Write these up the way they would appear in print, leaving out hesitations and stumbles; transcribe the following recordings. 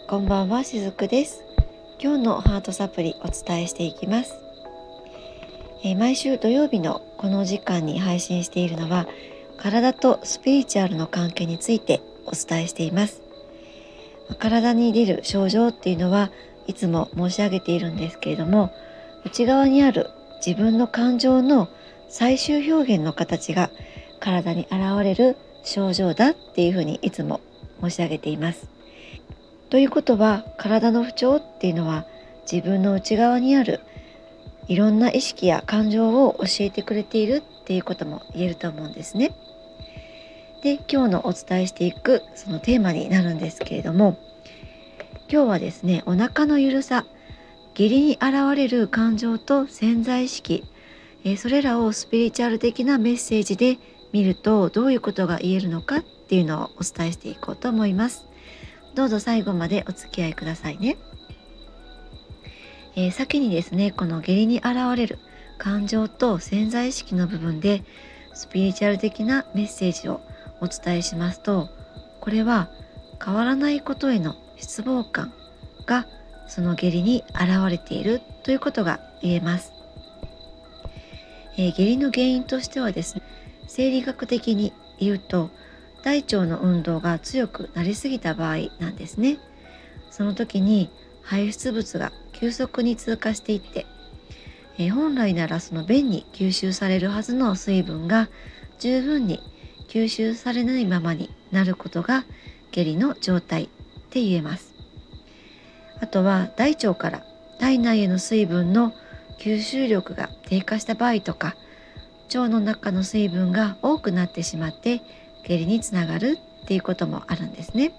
こんばんは、しずくです。今日のハートサプリお伝えしていきます。毎週土曜日のこの時間に配信しているのは、体とスピリチュアルの関係についてお伝えしています。体に出る症状っていうのはいつも申し上げているんですけれども、内側にある自分の感情の最終表現の形が体に現れる症状だっていうふうにいつも申し上げています。ということは、体の不調っていうのは自分の内側にあるいろんな意識や感情を教えてくれているっていうことも言えると思うんですね。で、今日のお伝えしていくそのテーマになるんですけれども、今日はですね、お腹のゆるさ、下痢に現れる感情と潜在意識、それらをスピリチュアル的なメッセージで見るとどういうことが言えるのかっていうのをお伝えしていこうと思います。どうぞ最後までお付き合いくださいね。先にですね、この下痢に現れる感情と潜在意識の部分でスピリチュアル的なメッセージをお伝えしますと、これは変わらないことへの失望感がその下痢に現れているということが言えます。下痢の原因としてはですね、生理学的に言うと大腸の運動が強くなりすぎた場合なんですね。その時に排出物が急速に通過していって、本来ならその便に吸収されるはずの水分が十分に吸収されないままになることが下痢の状態って言えます。あとは大腸から体内への水分の吸収力が低下した場合とか、腸の中の水分が多くなってしまって下痢につながるっていうこともあるんですね。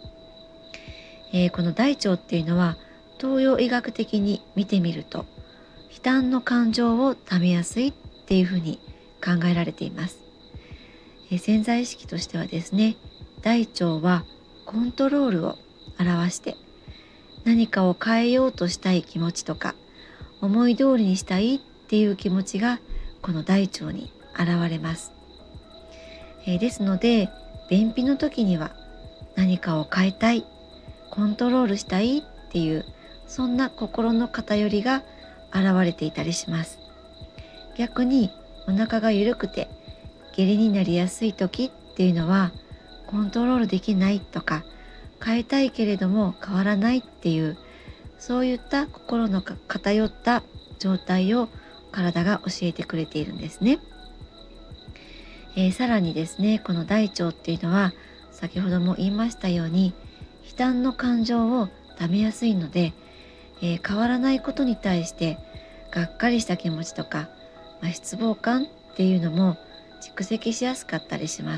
この大腸っていうのは東洋医学的に見てみると悲嘆の感情をためやすいっていうふうに考えられています。潜在意識としてはですね、大腸はコントロールを表して、何かを変えようとしたい気持ちとか思い通りにしたいっていう気持ちがこの大腸に現れます。ですので便秘の時には何かを変えたい、コントロールしたいっていうそんな心の偏りが現れていたりします。逆にお腹が緩くて下痢になりやすい時っていうのは、コントロールできないとか変えたいけれども変わらないっていう、そういった心の偏った状態を体が教えてくれているんですね。さらにですね、この大腸っていうのは先ほども言いましたように悲嘆の感情をためやすいので、変わらないことに対してがっかりした気持ちとか、失望感っていうのも蓄積しやすかったりします。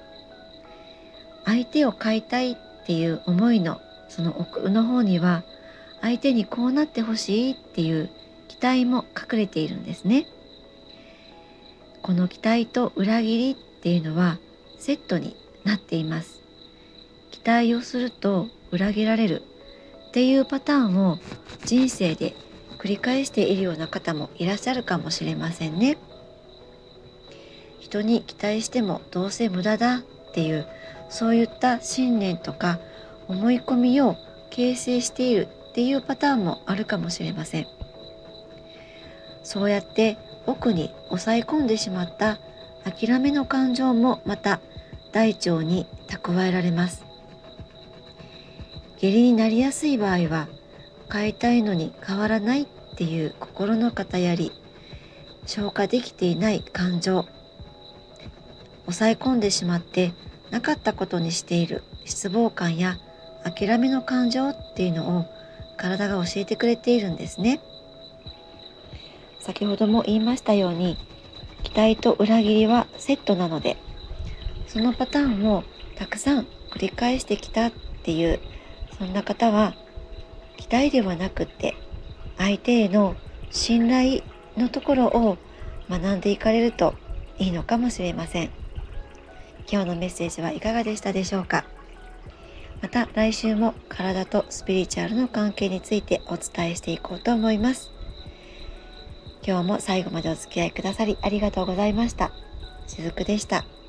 相手を変えたいっていう思いのその奥の方には、相手にこうなってほしいっていう期待も隠れているんですね。この期待と裏切りっていうのはセットになっています。期待をすると裏切られるっていうパターンを人生で繰り返しているような方もいらっしゃるかもしれませんね。人に期待してもどうせ無駄だっていう、そういった信念とか思い込みを形成しているっていうパターンもあるかもしれません。そうやって奥に抑え込んでしまった諦めの感情もまた大腸に蓄えられます。下痢になりやすい場合は、変えたいのに変わらないっていう心の偏り、消化できていない感情、抑え込んでしまってなかったことにしている失望感や諦めの感情っていうのを体が教えてくれているんですね。先ほども言いましたように、期待と裏切りはセットなので、そのパターンをたくさん繰り返してきたっていう、そんな方は期待ではなくって相手への信頼のところを学んでいかれるといいのかもしれません。今日のメッセージはいかがでしたでしょうか。また来週も体とスピリチュアルの関係についてお伝えしていこうと思います。今日も最後までお付き合いくださりありがとうございました。しずくでした。